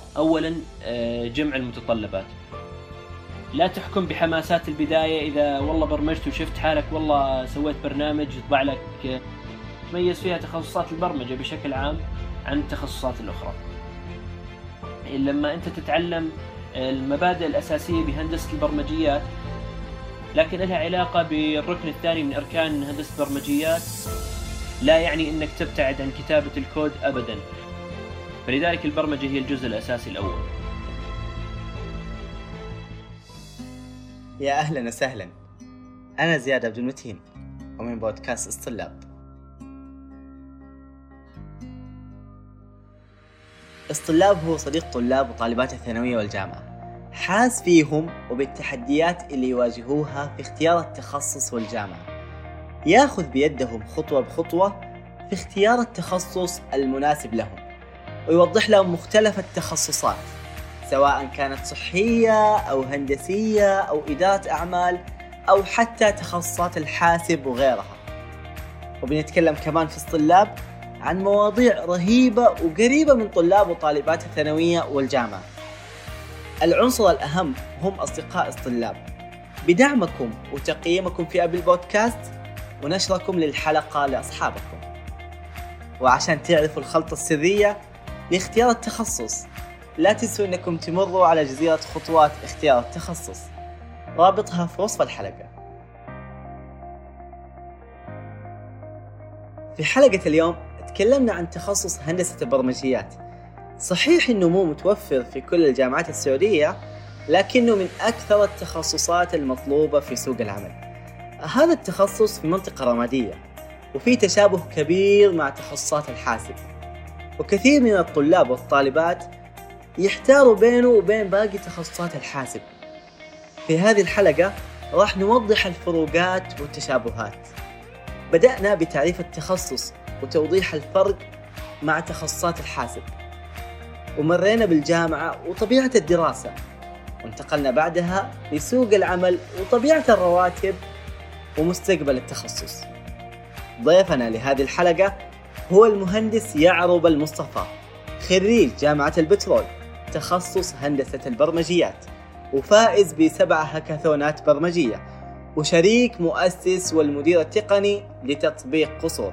أولا جمع المتطلبات. لا تحكم بحماسات البداية. إذا والله برمجت وشفت حالك والله سويت برنامج يطبع لك تميز فيها تخصصات البرمجة بشكل عام عن التخصصات الأخرى. لما أنت تتعلم المبادئ الأساسية بهندسة البرمجيات لكن لها علاقة بالركن الثاني من أركان هندسة البرمجيات، لا يعني أنك تبتعد عن كتابة الكود أبدا. فلذلك البرمجة هي الجزء الأساسي الأول. يا أهلا وسهلا، أنا زياد عبد المتين ومن بودكاست اسطلاب. اسطلاب هو صديق طلاب وطالبات الثانوية والجامعة، حاس فيهم وبالتحديات اللي يواجهوها في اختيار التخصص والجامعة، ياخذ بيدهم خطوة بخطوة في اختيار التخصص المناسب لهم، ويوضح لهم مختلف التخصصات سواء كانت صحية أو هندسية أو إدارة أعمال أو حتى تخصصات الحاسب وغيرها. وبنتكلم كمان في اسطلاب عن مواضيع رهيبة وقريبة من طلاب وطالبات الثانوية والجامعة. العنصر الأهم هم أصدقاء اسطلاب، بدعمكم وتقييمكم في أبل بودكاست ونشركم للحلقة لأصحابكم. وعشان تعرفوا الخلطة السرية لاختيار التخصص، لا تنسوا أنكم تمروا على جزيرة خطوات اختيار التخصص، رابطها في وصف الحلقة. في حلقة اليوم تكلمنا عن تخصص هندسة البرمجيات. صحيح أنه مو متوفر في كل الجامعات السعودية، لكنه من أكثر التخصصات المطلوبة في سوق العمل. هذا التخصص في منطقة رمادية وفي تشابه كبير مع تخصصات الحاسب، وكثير من الطلاب والطالبات يحتاروا بينه وبين باقي تخصصات الحاسب. في هذه الحلقة راح نوضح الفروقات والتشابهات. بدأنا بتعريف التخصص وتوضيح الفرق مع تخصصات الحاسب، ومرينا بالجامعة وطبيعة الدراسة، وانتقلنا بعدها لسوق العمل وطبيعة الرواتب ومستقبل التخصص. ضيفنا لهذه الحلقة هو المهندس يعرب المصطفى، خريج جامعة البترول تخصص هندسة البرمجيات، وفائز ب7 هاكاثونات برمجية، وشريك مؤسس والمدير التقني لتطبيق قصور.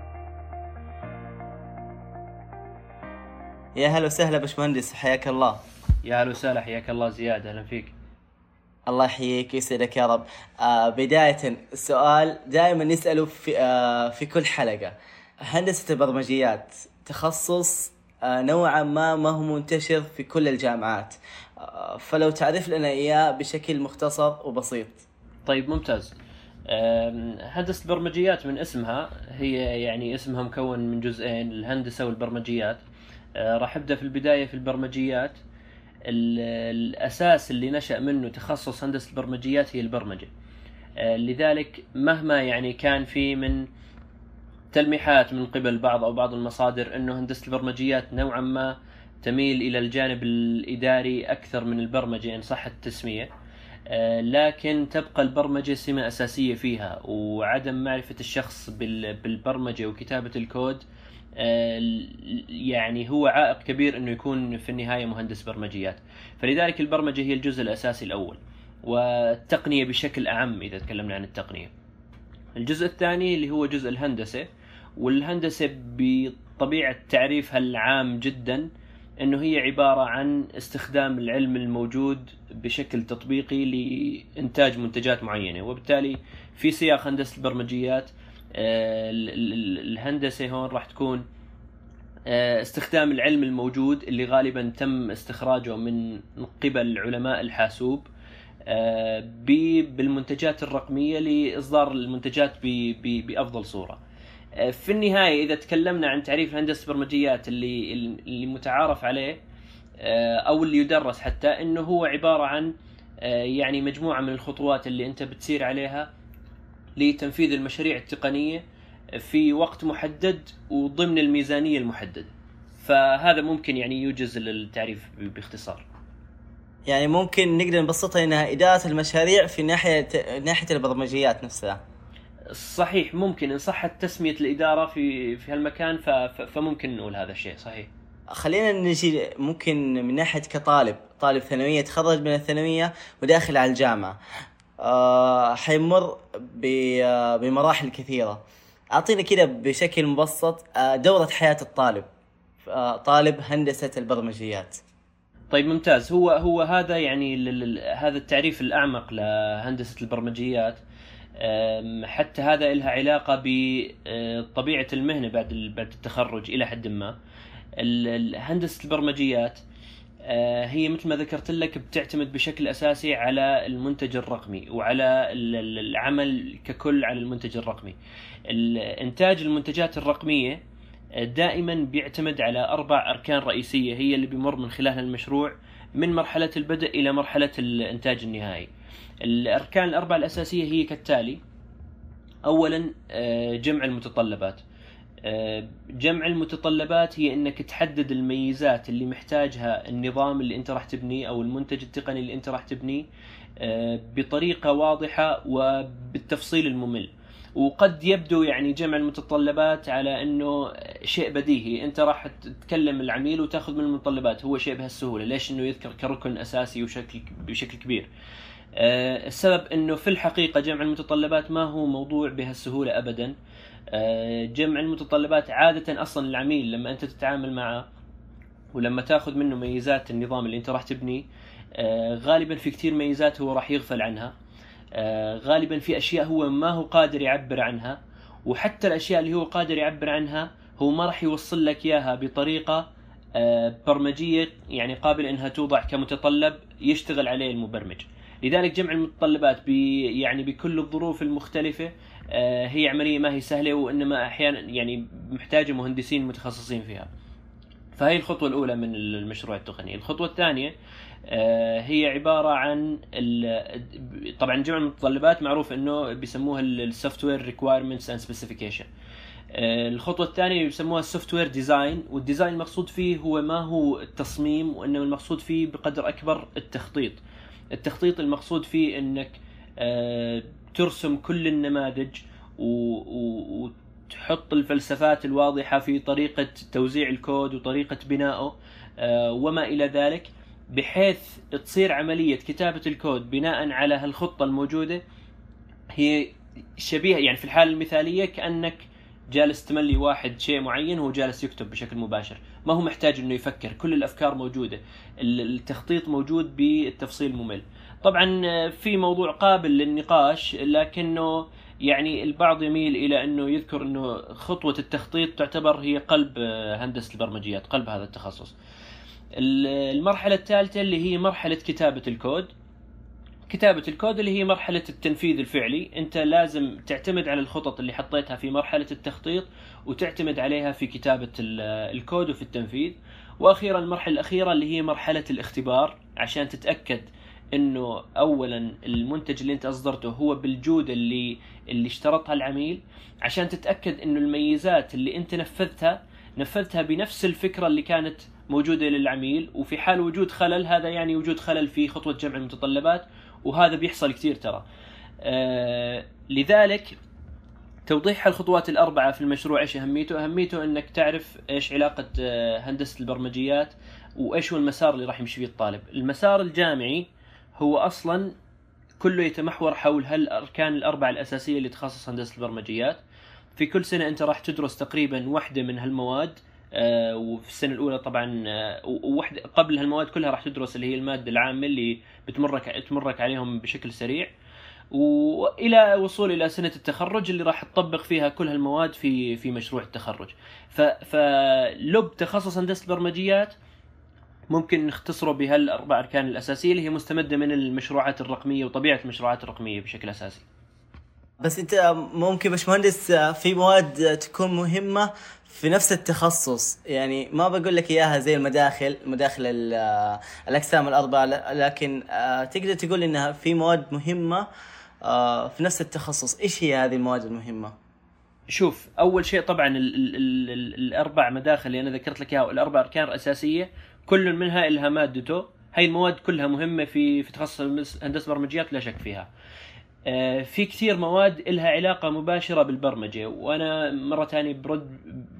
يا هلا وسهلا باشمهندس، حياك الله. يا هلا وسهلا، حياك الله زياد، أهلا فيك. الله يحييك ويسعدك يا رب. بداية السؤال دائما نسأله في كل حلقة، هندسة البرمجيات تخصص نوعا ما هو منتشر في كل الجامعات، فلو تعرف لنا إياه بشكل مختصر وبسيط. طيب ممتاز. هندسة البرمجيات من اسمها، هي يعني اسمها مكون من جزئين، الهندسة والبرمجيات. راح أبدأ في البداية في البرمجيات. الأساس اللي نشأ منه تخصص هندسة البرمجيات هي البرمجة. لذلك مهما يعني كان في من تلميحات من قبل بعض المصادر أنه هندسة البرمجيات نوعا ما تميل إلى الجانب الإداري أكثر من البرمجة إن صح التسمية، لكن تبقى البرمجة سمة أساسية فيها، وعدم معرفة الشخص بالبرمجة وكتابة الكود يعني هو عائق كبير أنه يكون في النهاية مهندس برمجيات. فلذلك البرمجة هي الجزء الأساسي الأول، والتقنية بشكل أعم إذا تكلمنا عن التقنية. الجزء الثاني اللي هو جزء الهندسة، والهندسة بطبيعة تعريفها العام جدا أنه هي عبارة عن استخدام العلم الموجود بشكل تطبيقي لإنتاج منتجات معينة. وبالتالي في سياق هندسة البرمجيات الهندسة هون راح تكون استخدام العلم الموجود اللي غالبا تم استخراجه من قبل علماء الحاسوب بالمنتجات الرقمية لإصدار المنتجات بأفضل صورة. في النهاية إذا تكلمنا عن تعريف هندسة البرمجيات اللي متعارف عليه أو اللي يدرس حتى، إنه هو عبارة عن يعني مجموعة من الخطوات اللي أنت بتسير عليها لتنفيذ المشاريع التقنية في وقت محدد وضمن الميزانية المحددة. فهذا ممكن يعني يوجز التعريف باختصار. يعني ممكن نقدر نبسطها إنها إدارة المشاريع في ناحية البرمجيات نفسها. صحيح، ممكن إن صحت تسمية الإدارة في هالمكان فممكن نقول هذا الشيء صحيح. خلينا نجي ممكن من ناحية طالب ثانوية تخرج من الثانوية وداخل على الجامعة، حيمر بمراحل كثيرة. أعطينا كده بشكل مبسط دورة حياة الطالب، طالب هندسة البرمجيات. طيب ممتاز. هو هذا يعني هذا التعريف الأعمق لهندسة البرمجيات. حتى هذا لها علاقة بطبيعة المهنة بعد التخرج إلى حد ما. هندسة البرمجيات هي مثل ما ذكرت لك بتعتمد بشكل أساسي على المنتج الرقمي وعلى العمل ككل على المنتج الرقمي. إنتاج المنتجات الرقمية دائما بيعتمد على 4 أركان رئيسية هي اللي بيمر من خلالها المشروع من مرحلة البدء إلى مرحلة الإنتاج النهائي. الأركان ال4 الأساسية هي كالتالي: أولا جمع المتطلبات. جمع المتطلبات هي انك تحدد الميزات اللي محتاجها النظام اللي انت راح تبنيه او المنتج التقني اللي انت راح تبنيه بطريقة واضحة وبالتفصيل الممل. وقد يبدو يعني جمع المتطلبات على انه شيء بديهي، انت راح تكلم العميل وتاخذ من المتطلبات، هو شيء بهالسهولة، ليش انه يذكر كركن اساسي بشكل كبير؟ السبب انه في الحقيقة جمع المتطلبات ما هو موضوع بهالسهولة ابدا. جمع المتطلبات عادة أصلا العميل لما أنت تتعامل معه ولما تأخذ منه ميزات النظام اللي أنت راح تبنيه، غالبا في كتير ميزات هو راح يغفل عنها، غالبا في أشياء هو ما هو قادر يعبر عنها، وحتى الأشياء اللي هو قادر يعبر عنها هو ما راح يوصل لك إياها بطريقة برمجية يعني قابل إنها توضع كمتطلب يشتغل عليه المبرمج. لذلك جمع المتطلبات يعني بكل الظروف المختلفة هي عملية ما هي سهلة، وإنما أحيانا يعني محتاجة مهندسين متخصصين فيها. فهي الخطوة الأولى من المشروع التقني. الخطوة الثانية هي عبارة عن طبعا جمع المتطلبات معروف إنه بيسموها السوفتوير ريكوايرمنتس اند سبيسيفيكيشن. الخطوة الثانية يسموها السوفتوير ديزاين، والديزاين المقصود فيه هو ما هو التصميم، وإنما المقصود فيه بقدر أكبر التخطيط المقصود فيه إنك ترسم كل النماذج وتحط الفلسفات الواضحة في طريقة توزيع الكود وطريقة بنائه وما إلى ذلك، بحيث تصير عملية كتابة الكود بناء على هالخطة الموجودة هي شبيهة، يعني في الحالة المثالية كأنك جالس تملي واحد شيء معين وهو جالس يكتب بشكل مباشر، ما هو محتاج انه يفكر، كل الافكار موجودة، التخطيط موجود بالتفصيل ممل. طبعا في موضوع قابل للنقاش، لكنه يعني البعض يميل الى انه يذكر انه خطوة التخطيط تعتبر هي قلب هندسة البرمجيات، قلب هذا التخصص. المرحلة الثالثة اللي هي مرحلة كتابة الكود اللي هي مرحلة التنفيذ الفعلي. انت لازم تعتمد على الخطط اللي حطيتها في مرحلة التخطيط وتعتمد عليها في كتابة الكود وفي التنفيذ. واخيرا المرحلة الاخيرة اللي هي مرحلة الاختبار، عشان تتأكد انه اولا المنتج اللي انت اصدرته هو بالجودة اللي اشترطها العميل، عشان تتأكد انه الميزات اللي انت نفذتها بنفس الفكرة اللي كانت موجودة للعميل. وفي حال وجود خلل، هذا يعني وجود خلل في خطوة جمع المتطلبات، وهذا بيحصل كتير ترى. لذلك توضيح الخطوات الأربعة في المشروع إيش أهميته أنك تعرف إيش علاقة هندسة البرمجيات وإيش هو المسار اللي راح يمشي فيه الطالب. المسار الجامعي هو أصلا كله يتمحور حول هالأركان الأربعة الأساسية اللي تخصص هندسة البرمجيات. في كل سنة أنت راح تدرس تقريبا واحدة من هالمواد، وفي السنة الأولى طبعا وواحدة قبل هالمواد كلها راح تدرس اللي هي المادة العامة اللي تمرك عليهم بشكل سريع، وإلى وصول إلى سنة التخرج اللي راح تطبق فيها كل هالمواد في مشروع التخرج. فلب تخصص هندسة البرمجيات ممكن نختصره بهالأربع أركان الأساسية اللي هي مستمدة من المشروعات الرقمية وطبيعة المشروعات الرقمية بشكل أساسي. بس أنت ممكن باشمهندس في مواد تكون مهمة في نفس التخصص، يعني ما بقول لك إياها زي مداخل الأقسام الأربعة، لكن تقدر تقول إنها في مواد مهمة في نفس التخصص. إيش هي هذه المواد المهمة؟ شوف، أول شيء طبعا الأربع مداخل اللي أنا ذكرت لك إياها والأربع أركان رئيسية كل منها لها مادته. هاي المواد كلها مهمة في تخصص هندسة برمجيات لا شك فيها. في كثير مواد لها علاقة مباشرة بالبرمجة، وأنا مرة تانية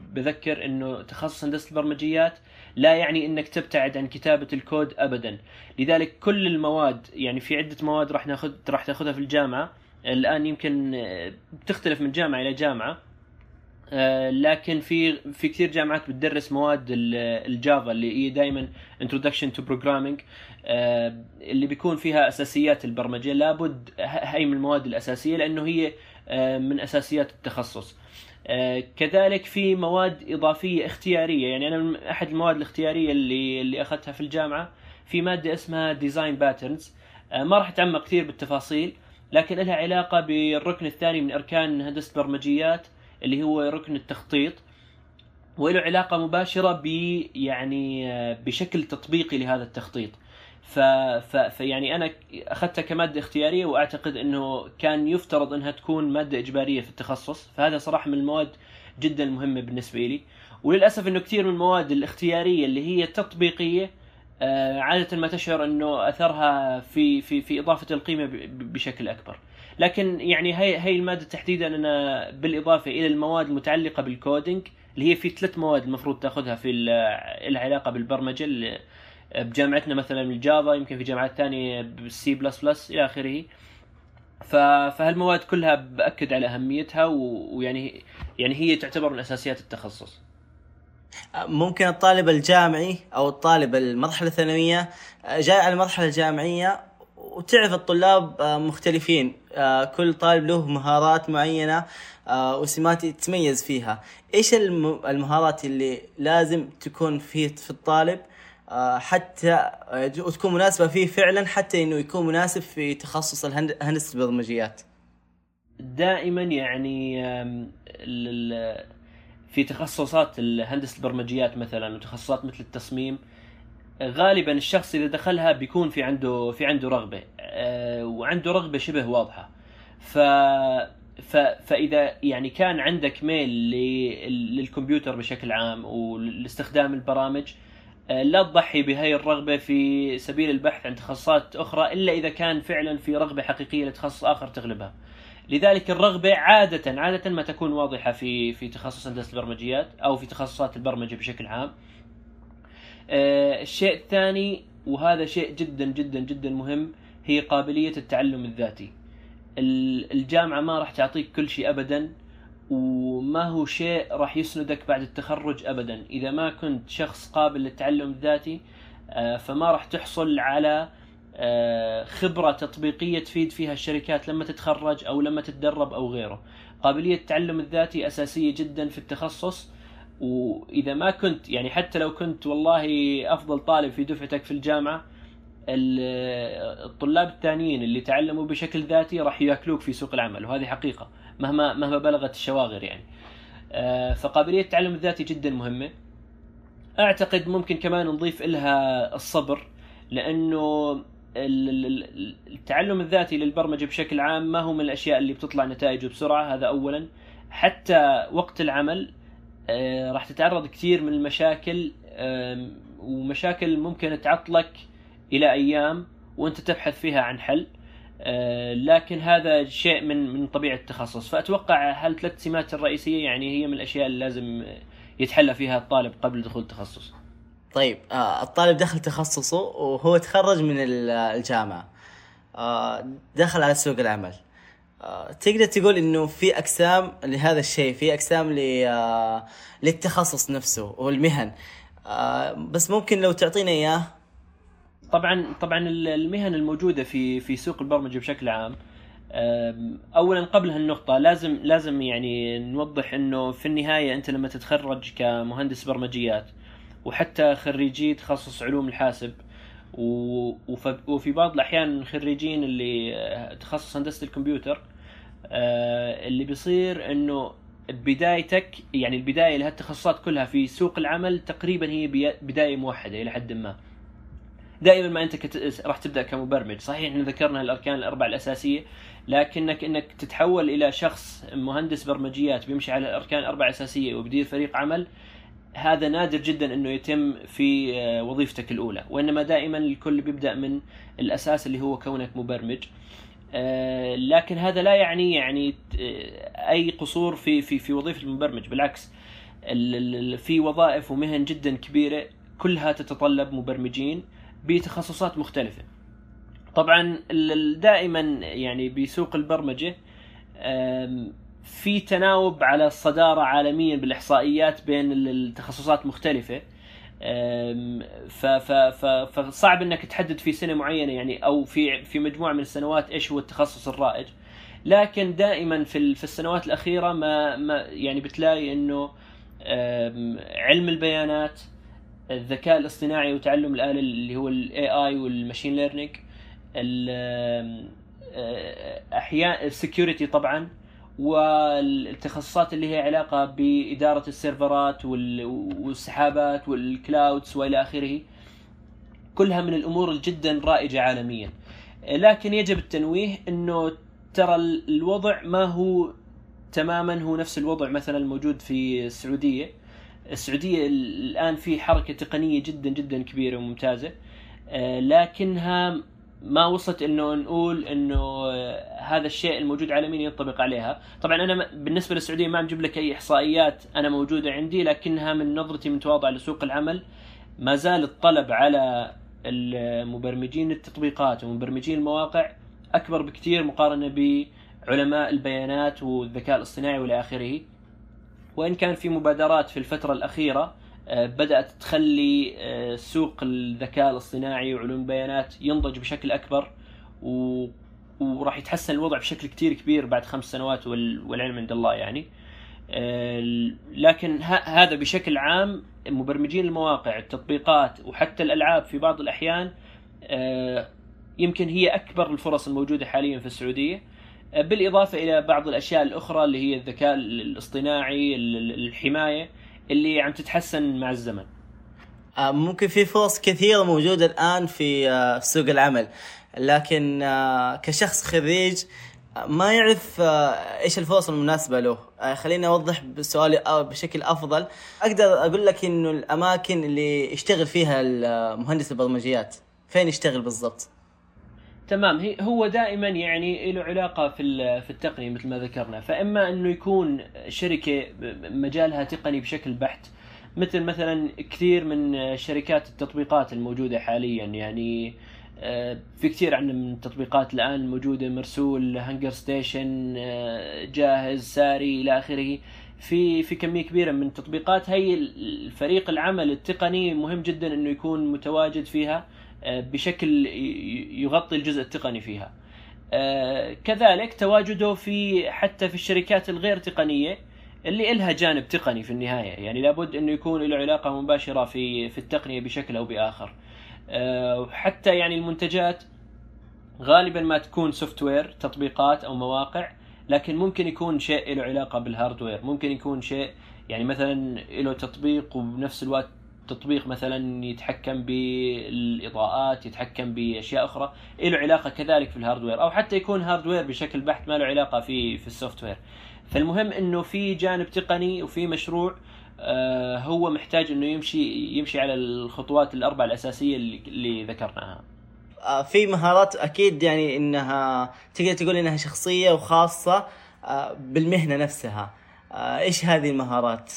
بذكر انه تخصص هندسة البرمجيات لا يعني انك تبتعد عن كتابة الكود ابدا. لذلك كل المواد، يعني في عدة مواد راح تاخذها في الجامعة الان، يمكن بتختلف من جامعة الى جامعة، لكن في كثير جامعات بتدرس مواد الجافا اللي هي دائما introduction to programming، اللي بيكون فيها اساسيات البرمجه. لابد هي من المواد الاساسيه لانه هي من اساسيات التخصص. كذلك في مواد اضافيه اختياريه، يعني انا من احد المواد الاختياريه اللي اخذتها في الجامعه في ماده اسمها ديزاين باترنز. ما راح اتعمق كثير بالتفاصيل، لكن لها علاقه بالركن الثاني من اركان هندسه البرمجيات اللي هو ركن التخطيط، وله علاقة مباشرة يعني بشكل تطبيقي لهذا التخطيط. يعني أنا أخذتها كمادة اختيارية، وأعتقد أنه كان يفترض أنها تكون مادة إجبارية في التخصص، فهذا صراحة من المواد جدا مهمة بالنسبة لي. وللأسف أنه كثير من المواد الاختيارية اللي هي تطبيقية عادة ما تشعر أنه أثرها في إضافة القيمة بشكل أكبر. لكن يعني هي المادة تحديدا أنا بالإضافة إلى المواد المتعلقة بالكودينج اللي هي في 3 مواد المفروض تأخذها في العلاقة بالبرمجة بجامعتنا، مثلا الجافا، يمكن في جامعات ثانية بالسي بلس بلس إلى آخره. فهالمواد كلها بأكد على أهميتها، ويعني هي تعتبر من أساسيات التخصص. ممكن الطالب الجامعي أو الطالب المرحلة الثانوية جاء على المرحلة الجامعية، وتعرف الطلاب مختلفين، كل طالب له مهارات معينة وسمات يتميز فيها. إيش المهارات اللي لازم تكون في الطالب حتى وتكون مناسبة فيه فعلا، حتى إنه يكون مناسب في تخصص هندسة البرمجيات؟ دائما يعني في تخصصات هندسة البرمجيات مثلا وتخصصات مثل التصميم، غالبا الشخص إذا دخلها بيكون في عنده رغبة، وعنده رغبة شبه واضحة. فإذا يعني كان عندك ميل للكمبيوتر بشكل عام ولاستخدام البرامج، لا تضحي بهاي الرغبة في سبيل البحث عن تخصصات أخرى إلا إذا كان فعلا في رغبة حقيقية لتخصص آخر تغلبها. لذلك الرغبة عادة ما تكون واضحة في تخصص هندسة البرمجيات أو في تخصصات البرمجة بشكل عام. الشيء الثاني، وهذا شيء جدا جدا جدا مهم، هي قابلية التعلم الذاتي. الجامعة ما راح تعطيك كل شيء أبدا، وما هو شيء راح يسندك بعد التخرج أبدا. إذا ما كنت شخص قابل للتعلم الذاتي فما راح تحصل على خبرة تطبيقية تفيد فيها الشركات لما تتخرج أو لما تتدرب أو غيره. قابلية التعلم الذاتي أساسية جدا في التخصص. وإذا ما كنت، يعني حتى لو كنت والله أفضل طالب في دفعتك في الجامعة، الطلاب الثانيين اللي تعلموا بشكل ذاتي راح ياكلوك في سوق العمل، وهذه حقيقة مهما بلغت الشواغر يعني. فقابلية التعلم الذاتي جدا مهمة. أعتقد ممكن كمان نضيف إلها الصبر، لأنه التعلم الذاتي للبرمجة بشكل عام ما هو من الأشياء اللي بتطلع نتائجه بسرعة، هذا أولا. حتى وقت العمل راح تتعرض كثير من المشاكل، ومشاكل ممكن تعطلك إلى أيام وأنت تبحث فيها عن حل، لكن هذا شيء من طبيعة التخصص. فأتوقع هالثلاث سمات الرئيسية يعني هي من الأشياء اللي لازم يتحلى فيها الطالب قبل دخول التخصص. طيب، الطالب دخل تخصصه وهو تخرج من الجامعة، دخل على سوق العمل. تقدر تقول إنه في أقسام لهذا الشيء، في أقسام للتخصص نفسه والمهن، بس ممكن لو تعطينا إياه. طبعا المهن الموجودة في سوق البرمجة بشكل عام، أولا قبل هالنقطة لازم يعني نوضح إنه في النهاية أنت لما تتخرج كمهندس برمجيات، وحتى خريجي تخصص علوم الحاسب، وفي بعض الأحيان خريجين اللي تخصص هندسة الكمبيوتر، اللي بيصير إنه بدايتك، يعني البداية لهالتخصصات كلها في سوق العمل تقريبا هي بداية موحدة إلى حد ما. دائما ما أنت راح تبدأ كمبرمج، صحيح إحنا ذكرنا الأركان الأربع الأساسية، لكنك إنك تتحول إلى شخص مهندس برمجيات بيمشي على الأركان الأربع الأساسية وبدير فريق عمل، هذا نادر جدا إنه يتم في وظيفتك الأولى، وإنما دائما الكل بيبدأ من الأساس اللي هو كونك مبرمج. لكن هذا لا يعني أي قصور في وظيفة المبرمج، بالعكس. في وظائف ومهن جدا كبيرة كلها تتطلب مبرمجين بتخصصات مختلفة. طبعا دائما يعني بسوق البرمجة في تناوب على الصدارة عالميا بالإحصائيات بين التخصصات مختلفة. فصعب انك تحدد في سنة معينة يعني او في مجموعة من السنوات ايش هو التخصص الرائج. لكن دائما في السنوات الأخيرة ما يعني بتلاقي انه علم البيانات، الذكاء الاصطناعي وتعلم الآلة اللي هو ال AI والماشين ليرنينج، احيانا السكيورتي طبعا، والتخصصات اللي هي علاقة بإدارة السيرفرات والسحابات والكلاودز وإلى آخره، كلها من الأمور الجدا رائجة عالميا. لكن يجب التنويه أنه ترى الوضع ما هو تماما هو نفس الوضع مثلا الموجود في السعودية. الآن في حركة تقنية جدا جدا كبيرة وممتازة، لكنها ما وصلت انه نقول انه هذا الشيء الموجود عالميا ينطبق عليها. طبعا انا بالنسبه للسعوديه ما بجيب لك اي احصائيات انا موجوده عندي، لكنها من نظرتي متواضعه لسوق العمل ما زال الطلب على المبرمجين التطبيقات ومبرمجين المواقع اكبر بكثير مقارنه بعلماء البيانات والذكاء الاصطناعي والى اخره. وان كان في مبادرات في الفتره الاخيره بدأت تخلي سوق الذكاء الاصطناعي وعلوم البيانات ينضج بشكل أكبر، وراح يتحسن الوضع بشكل كتير كبير بعد 5 سنوات والعلم عند الله يعني. لكن هذا بشكل عام مبرمجين المواقع، التطبيقات وحتى الألعاب في بعض الأحيان يمكن هي أكبر الفرص الموجودة حاليا في السعودية، بالإضافة إلى بعض الأشياء الأخرى اللي هي الذكاء الاصطناعي، الحماية اللي عم تتحسن مع الزمن. ممكن في فرص كثيرة موجودة الآن في سوق العمل، لكن كشخص خريج ما يعرف إيش الفرص المناسبة له. خليني أوضح بسؤالي بشكل أفضل. أقدر أقول لك إنه الأماكن اللي يشتغل فيها المهندس البرمجيات فين يشتغل بالضبط؟ تمام. هو دائما يعني له علاقة في التقنية مثل ما ذكرنا، فإما أنه يكون شركة مجالها تقني بشكل بحت، مثلا كثير من شركات التطبيقات الموجودة حاليا، يعني في كثير عندنا من التطبيقات الآن موجودة، مرسول، هانجر ستيشن، جاهز، ساري إلى آخره. في كمية كبيرة من التطبيقات. هي الفريق العمل التقني مهم جدا أنه يكون متواجد فيها بشكل يغطي الجزء التقني فيها. كذلك تواجده حتى في الشركات الغير تقنية اللي إلها جانب تقني في النهاية، يعني لابد أنه يكون له علاقة مباشرة في التقنية بشكل أو بآخر. حتى يعني المنتجات غالبا ما تكون سوفتوير، تطبيقات أو مواقع، لكن ممكن يكون شيء له علاقة بالهاردوير، ممكن يكون شيء يعني مثلا له تطبيق وبنفس الوقت تطبيق مثلا يتحكم بالإضاءات، يتحكم بأشياء أخرى له علاقة كذلك في الهاردوير، أو حتى يكون هاردوير بشكل بحت ما له علاقة في السوفتوير. فالمهم إنه في جانب تقني وفي مشروع هو محتاج إنه يمشي على الخطوات ال4 الأساسية اللي ذكرناها. في مهارات أكيد يعني إنها تقدر تقول إنها شخصية وخاصة بالمهنة نفسها. إيش هذه المهارات؟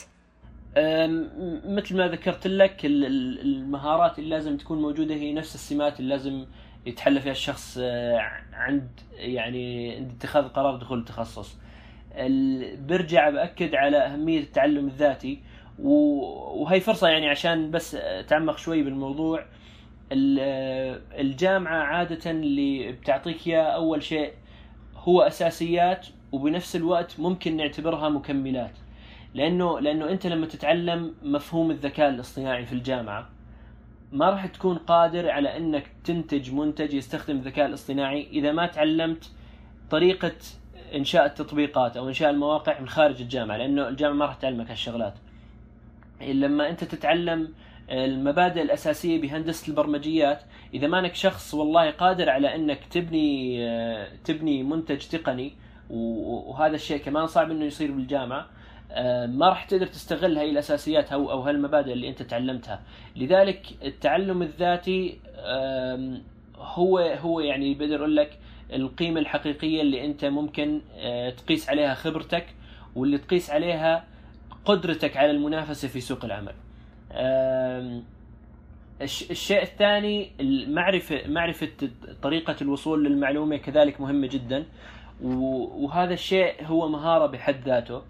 مثل ما ذكرت لك، المهارات اللي لازم تكون موجودة هي نفس السمات اللي لازم يتحلى فيها الشخص عند اتخاذ قرار دخول التخصص. برجع بأكد على أهمية التعلم الذاتي، وهي فرصة يعني عشان بس أتعمق شوي بالموضوع. الجامعة عادة اللي بتعطيك إياه أول شيء هو أساسيات، وبنفس الوقت ممكن نعتبرها مكملات، لأنه أنت لما تتعلم مفهوم الذكاء الاصطناعي في الجامعة ما راح تكون قادر على أنك تنتج منتج يستخدم الذكاء الاصطناعي إذا ما تعلمت طريقة إنشاء التطبيقات أو إنشاء المواقع من خارج الجامعة، لأنه الجامعة ما راح تعلمك هالشغلات. لما أنت تتعلم المبادئ الأساسية بهندسة البرمجيات، إذا ما أنك شخص والله قادر على أنك تبني منتج تقني، وهذا الشيء كمان صعب أنه يصير بالجامعة، ما راح تقدر تستغل هاي الأساسيات أو هالمبادئ اللي أنت تعلمتها. لذلك التعلم الذاتي هو يعني بقدر أقول لك القيمة الحقيقية اللي أنت ممكن تقيس عليها خبرتك، واللي تقيس عليها قدرتك على المنافسة في سوق العمل. الشيء الثاني معرفة طريقة الوصول للمعلومة كذلك مهمة جدا، وهذا الشيء هو مهارة بحد ذاته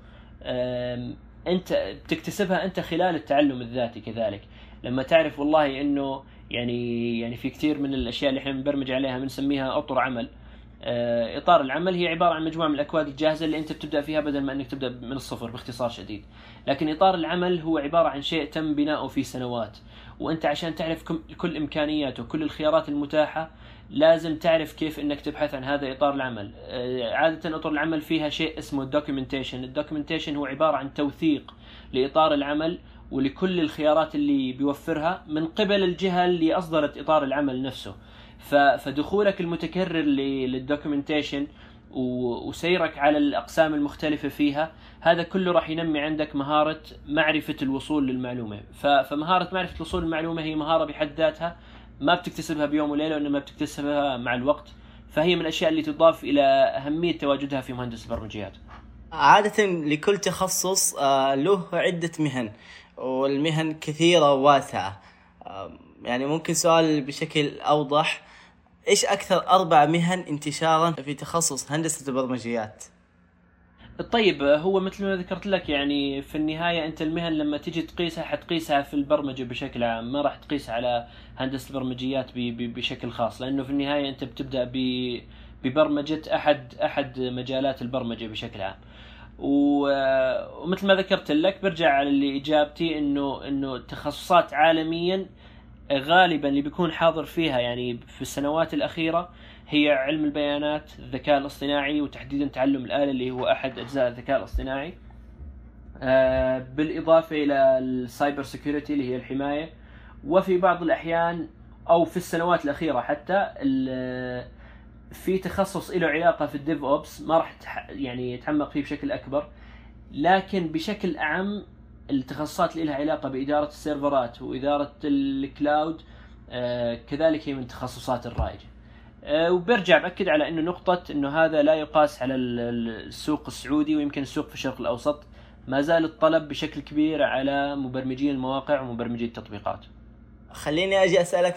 أنت بتكتسبها أنت خلال التعلم الذاتي. كذلك لما تعرف والله إنه يعني في كثير من الأشياء اللي إحنا بنبرمج عليها بنسميها أطر عمل. إطار العمل هي عبارة عن مجموعة من الأكواد الجاهزة اللي أنت بتبدأ فيها بدل ما أنك تبدأ من الصفر باختصار شديد. لكن إطار العمل هو عبارة عن شيء تم بناؤه في سنوات، وأنت عشان تعرف كل إمكانياته وكل الخيارات المتاحة لازم تعرف كيف أنك تبحث عن هذا إطار العمل. عادة إطار العمل فيها شيء اسمه الدوكيومنتيشن. الدوكيومنتيشن هو عبارة عن توثيق لإطار العمل ولكل الخيارات اللي بيوفرها من قبل الجهة اللي أصدرت إطار العمل نفسه. فدخولك المتكرر للدوكيومنتيشن وسيرك على الأقسام المختلفة فيها، هذا كله راح ينمي عندك مهارة معرفة الوصول للمعلومة. فمهارة معرفة الوصول للمعلومة هي مهارة بحد ذاتها ما بتكتسبها بيوم وليلة، وإنما بتكتسبها مع الوقت. فهي من الأشياء اللي تضاف إلى أهمية تواجدها في مهندس البرمجيات. عادة لكل تخصص له عدة مهن، والمهن كثيرة وواسعة. يعني ممكن سؤال بشكل أوضح، إيش أكثر 4 مهن انتشارا في تخصص هندسة البرمجيات؟ طيب، هو مثل ما ذكرت لك يعني في النهاية أنت المهن لما تيجي تقيسها حتقيسها في البرمجة بشكل عام، ما راح تقيسها على هندسة البرمجيات بشكل خاص، لأنه في النهاية أنت بتبدأ ببرمجة أحد مجالات البرمجة بشكل عام. ومثل ما ذكرت لك برجع على اللي إجابتي إنه تخصصات عالميا غالبا اللي بيكون حاضر فيها يعني في السنوات الأخيرة هي علم البيانات، الذكاء الاصطناعي، وتحديدا تعلم الآلة اللي هو أحد أجزاء الذكاء الاصطناعي، بالإضافة إلى السايبر سيكيورتي اللي هي الحماية. وفي بعض الأحيان أو في السنوات الأخيرة حتى في تخصص له علاقة في الديف أوبس، ما راح يعني يتعمق فيه بشكل أكبر، لكن بشكل أعم التخصصات اللي لها علاقة بإدارة السيرفرات وإدارة الكلاود كذلك هي من التخصصات الرائجة. وبرجع بأكد على أنه نقطة أنه هذا لا يقاس على السوق السعودي، ويمكن السوق في الشرق الأوسط ما زال الطلب بشكل كبير على مبرمجين المواقع ومبرمجين التطبيقات. خليني أجي أسألك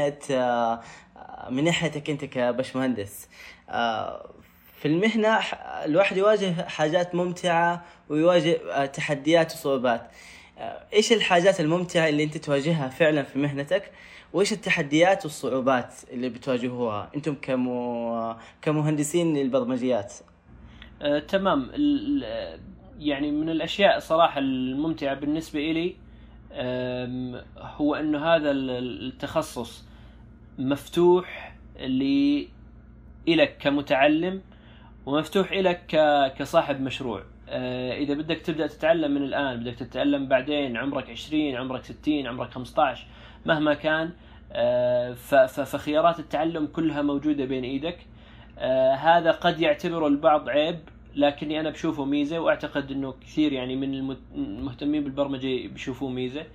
من ناحيتك أنت كبشمهندس. في المهنة الواحد يواجه حاجات ممتعة ويواجه تحديات وصعوبات. إيش الحاجات الممتعة اللي أنت تواجهها فعلا في مهنتك، وإيش التحديات والصعوبات اللي بتواجهوها أنتم كمهندسين للبرمجيات؟ تمام. يعني من الأشياء صراحة الممتعة بالنسبة إلي هو أنه هذا التخصص مفتوح لك كمتعلم ومفتوح لك كصاحب مشروع. إذا بدك تبدأ تتعلم من الآن، بدك تتعلم بعدين، عمرك 20 عمرك 60 عمرك 15 مهما كان، فخيارات التعلم كلها موجودة بين إيدك. هذا قد يعتبره البعض عيب، لكني أنا بشوفه ميزة، وأعتقد أنه كثير يعني من المهتمين بالبرمجة بيشوفوه ميزة.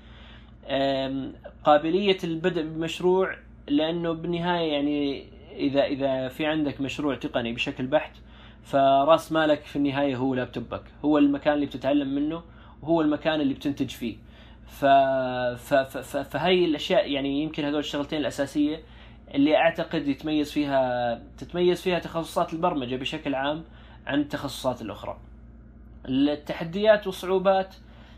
قابلية البدء بمشروع، لأنه بالنهاية يعني إذا في عندك مشروع تقني بشكل بحت، فراس مالك في النهاية هو لابتوبك، هو المكان اللي بتتعلم منه وهو المكان اللي بتنتج فيه. فهي الأشياء يعني يمكن هذول الشغلتين الأساسية اللي أعتقد تتميز فيها تخصصات البرمجة بشكل عام عن التخصصات الأخرى. التحديات والصعوبات،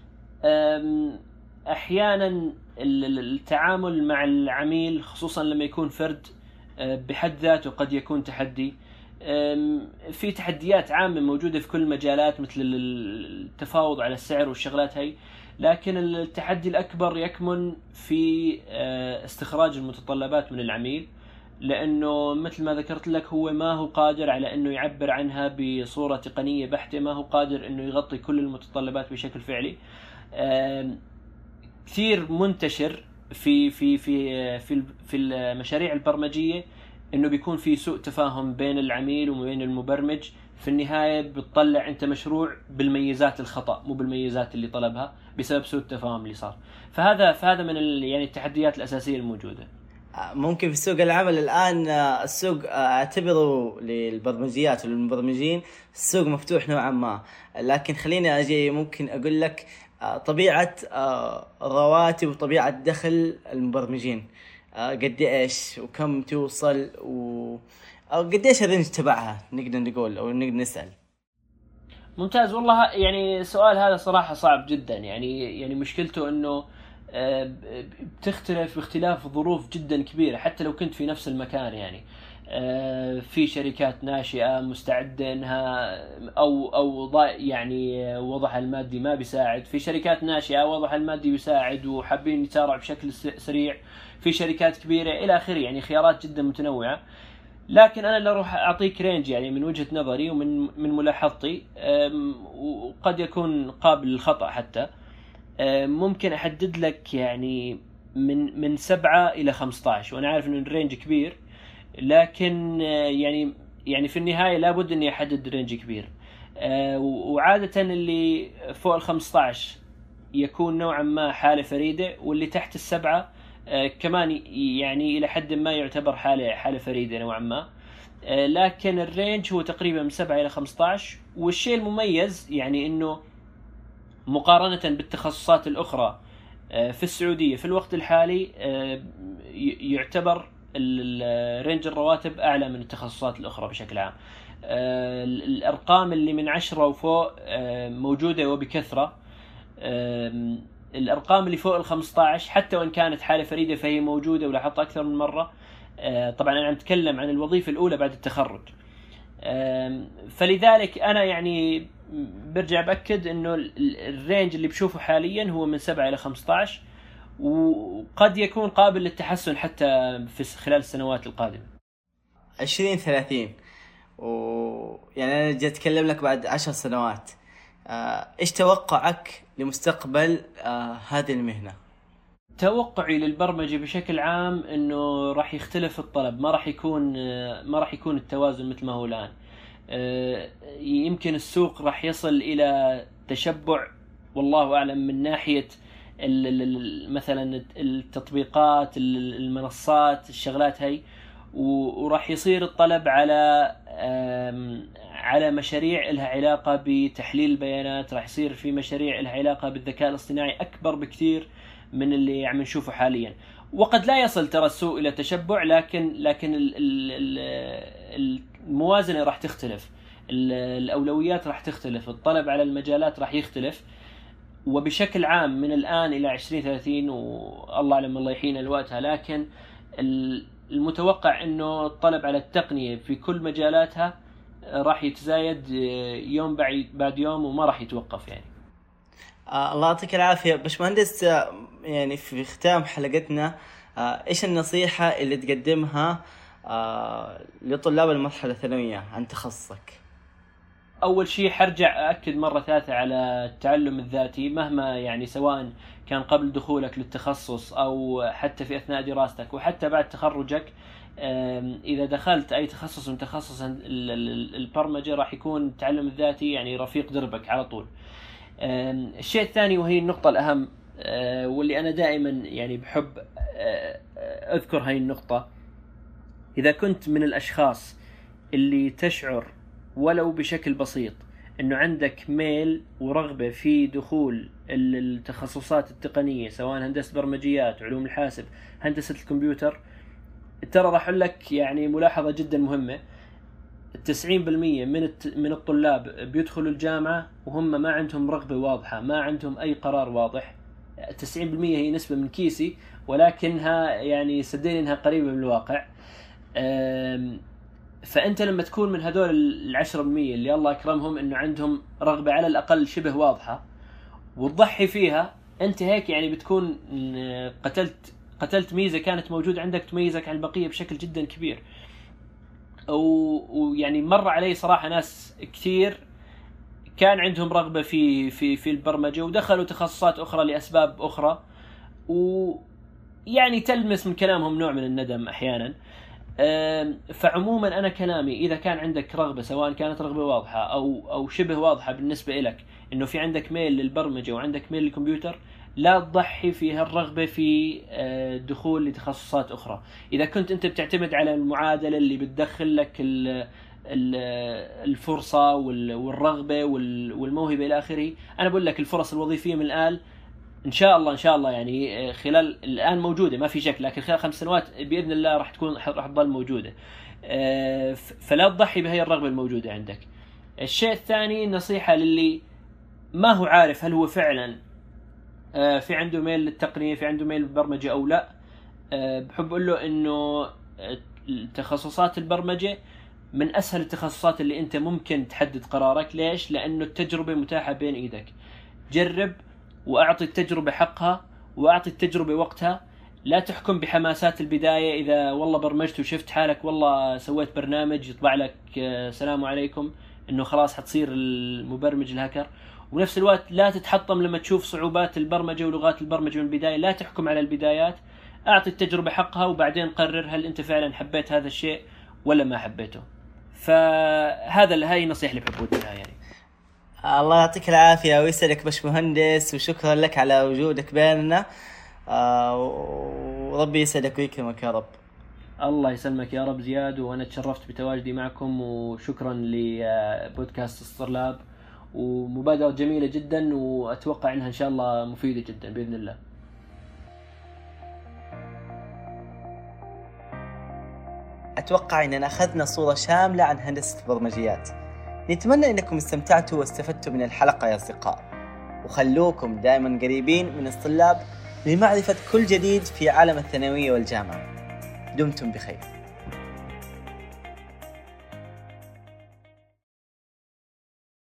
أحيانا التعامل مع العميل خصوصا لما يكون فرد بحد ذاته قد يكون تحدي. في تحديات عامة موجودة في كل المجالات مثل التفاوض على السعر والشغلات هاي، لكن التحدي الأكبر يكمن في استخراج المتطلبات من العميل، لأنه مثل ما ذكرت لك هو ما هو قادر على أنه يعبر عنها بصورة تقنية بحتة، ما هو قادر أنه يغطي كل المتطلبات بشكل فعلي. كثير منتشر في المشاريع البرمجية انه بيكون في سوء تفاهم بين العميل وبين المبرمج، في النهاية بتطلع انت مشروع بالميزات الخطأ مو بالميزات اللي طلبها بسبب سوء التفاهم اللي صار. فهذا من يعني التحديات الأساسية الموجودة. ممكن في سوق العمل الآن السوق اعتبره للبرمجيات وللمبرمجين السوق مفتوح نوعا ما، لكن خليني أجي ممكن أقول لك طبيعة رواتب وطبيعة دخل المبرمجين قد إيش وكم توصل أو قد إيش الرينج تبعها، نقدر نقول أو نقدر نسأل. ممتاز والله. يعني السؤال هذا صراحة صعب جدا، يعني مشكلته انه بتختلف باختلاف ظروف جدا كبيرة حتى لو كنت في نفس المكان. يعني في شركات ناشئة مستعدة انها يعني وضعها المادي ما بيساعد، في شركات ناشئة وضعها المادي يساعد وحابين يتسارع بشكل سريع، في شركات كبيرة الى اخره. يعني خيارات جدا متنوعة. لكن انا اللي اروح اعطيك رينج يعني من وجهة نظري ومن ملاحظتي، وقد يكون قابل للخطأ حتى. ممكن احدد لك يعني من 7 الى 15، وانا عارف ان الرينج كبير، لكن يعني في النهاية لابد اني احدد رينج كبير. وعادة اللي فوق ال 15 يكون نوعا ما حالة فريدة، واللي تحت السبعة كمان يعني إلى حد ما يعتبر حالة فريدة نوعا ما. لكن الرينج هو تقريبا من 7 إلى 15. والشيء المميز يعني إنه مقارنة بالتخصصات الأخرى في السعودية في الوقت الحالي يعتبر الرينج الرواتب أعلى من التخصصات الأخرى بشكل عام. الأرقام اللي من 10 وفوق موجودة وبكثرة. الأرقام اللي فوق ال 15 حتى وإن كانت حالة فريدة فهي موجودة ولاحظت أكثر من مرة. طبعا أنا عم أتكلم عن الوظيفة الأولى بعد التخرج. فلذلك أنا يعني برجع بأكد إنه الرينج اللي بشوفه حاليا هو من 7 إلى 15، وقد يكون قابل للتحسن حتى في خلال السنوات القادمة. 20-30 يعني أنا جيت أتكلم لك بعد 10 سنوات. إيش توقعك لمستقبل هذه المهنة؟ توقعي للبرمجة بشكل عام إنه راح يختلف الطلب، ما راح يكون التوازن مثل ما هو الآن. يمكن السوق راح يصل إلى تشبع والله أعلم من ناحية مثلا التطبيقات، المنصات، الشغلات هاي، وراح يصير الطلب على مشاريع لها علاقة بتحليل البيانات. راح يصير في مشاريع لها علاقة بالذكاء الاصطناعي أكبر بكثير من اللي عم نشوفه حاليا. وقد لا يصل ترى السوق إلى تشبع، لكن الموازنة راح تختلف، الأولويات راح تختلف، الطلب على المجالات راح يختلف. وبشكل عام من الآن إلى 20-30 والله أعلم الله يحيينا لوقتها، لكن المتوقع إنه الطلب على التقنية في كل مجالاتها راح يتزايد يوم بعد يوم وما راح يتوقف يعني. الله يعطيك العافية باشمهندس. يعني في ختام حلقتنا إيش النصيحة اللي تقدمها لطلاب المرحلة الثانوية عن تخصصك؟ أول شيء حرجع أكد مرة ثالثة على التعلم الذاتي، مهما يعني سواء كان قبل دخولك للتخصص أو حتى في أثناء دراستك وحتى بعد تخرجك. إذا دخلت أي تخصص من تخصص البرمجة راح يكون التعلم الذاتي يعني رفيق دربك على طول. الشيء الثاني وهي النقطة الأهم واللي أنا دائما يعني بحب أذكر هاي النقطة، إذا كنت من الأشخاص اللي تشعر ولو بشكل بسيط أنه عندك ميل ورغبة في دخول التخصصات التقنية سواء هندسة برمجيات، علوم الحاسب، هندسة الكمبيوتر، ترى راح أقول لك يعني ملاحظة جدا مهمة. 90% من الطلاب بيدخلوا الجامعة وهم ما عندهم رغبة واضحة، ما عندهم أي قرار واضح. 90% هي نسبة من كيسي، ولكنها يعني صدقني إنها قريبة من الواقع. فأنت لما تكون من هذول 10% اللي الله أكرمهم إنه عندهم رغبة على الأقل شبه واضحة وتضحي فيها، أنت هيك يعني بتكون قتلت ميزة كانت موجودة عندك تميزك عن البقية بشكل جدا كبير. ويعني مر علي صراحة ناس كثير كان عندهم رغبة في البرمجة ودخلوا تخصصات أخرى لأسباب أخرى، ويعني تلمس من كلامهم نوع من الندم أحيانا. فعموما أنا كلامي إذا كان عندك رغبة سواء كانت رغبة واضحة أو شبه واضحة بالنسبة لك إنه في عندك ميل للبرمجة وعندك ميل للكمبيوتر، لا تضحي في هالرغبة في الدخول لتخصصات أخرى. إذا كنت أنت بتعتمد على المعادلة اللي بتدخل لك الفرصة والرغبة والموهبة إلى آخره، أنا بقول لك الفرص الوظيفية من الآن إن شاء الله يعني خلال الآن موجودة ما في شك، لكن خلال 5 سنوات بإذن الله راح تظل موجودة. فلا تضحي بهي الرغبة الموجودة عندك. الشيء الثاني، نصيحة للي ما هو عارف هل هو فعلا في عنده ميل للتقنية، في عنده ميل للبرمجة أو لا. بحب أقول له إنه تخصصات البرمجة من أسهل التخصصات اللي أنت ممكن تحدد قرارك. ليش؟ لأنه التجربة متاحة بين إيدك. جرب وأعطي التجربة حقها وأعطي التجربة وقتها. لا تحكم بحماسات البداية. إذا والله برمجت وشفت حالك والله سويت برنامج يطبع لك سلام عليكم إنه خلاص حتصير المبرمج الهاكر. ونفس الوقت لا تتحطم لما تشوف صعوبات البرمجة ولغات البرمجة من البداية. لا تحكم على البدايات، أعطي التجربة حقها وبعدين قرر هل أنت فعلا حبيت هذا الشيء ولا ما حبيته. هاي النصيحة اللي بحب أقولها يعني. الله يعطيك العافية ويسعدك باشمهندس، وشكرا لك على وجودك بيننا، وربي يسعدك ويكرمك يا رب. الله يسلمك يا رب زياد، وأنا تشرفت بتواجدي معكم، وشكرا لبودكاست ستارلاب، ومبادرة جميلة جدا وأتوقع أنها إن شاء الله مفيدة جدا بإذن الله. أتوقع أننا أخذنا صورة شاملة عن هندسة البرمجيات. نتمنى أنكم استمتعتوا واستفدتوا من الحلقة يا أصدقاء، وخلوكم دائما قريبين من الطلاب لمعرفة كل جديد في عالم الثانوية والجامعة. دمتم بخير.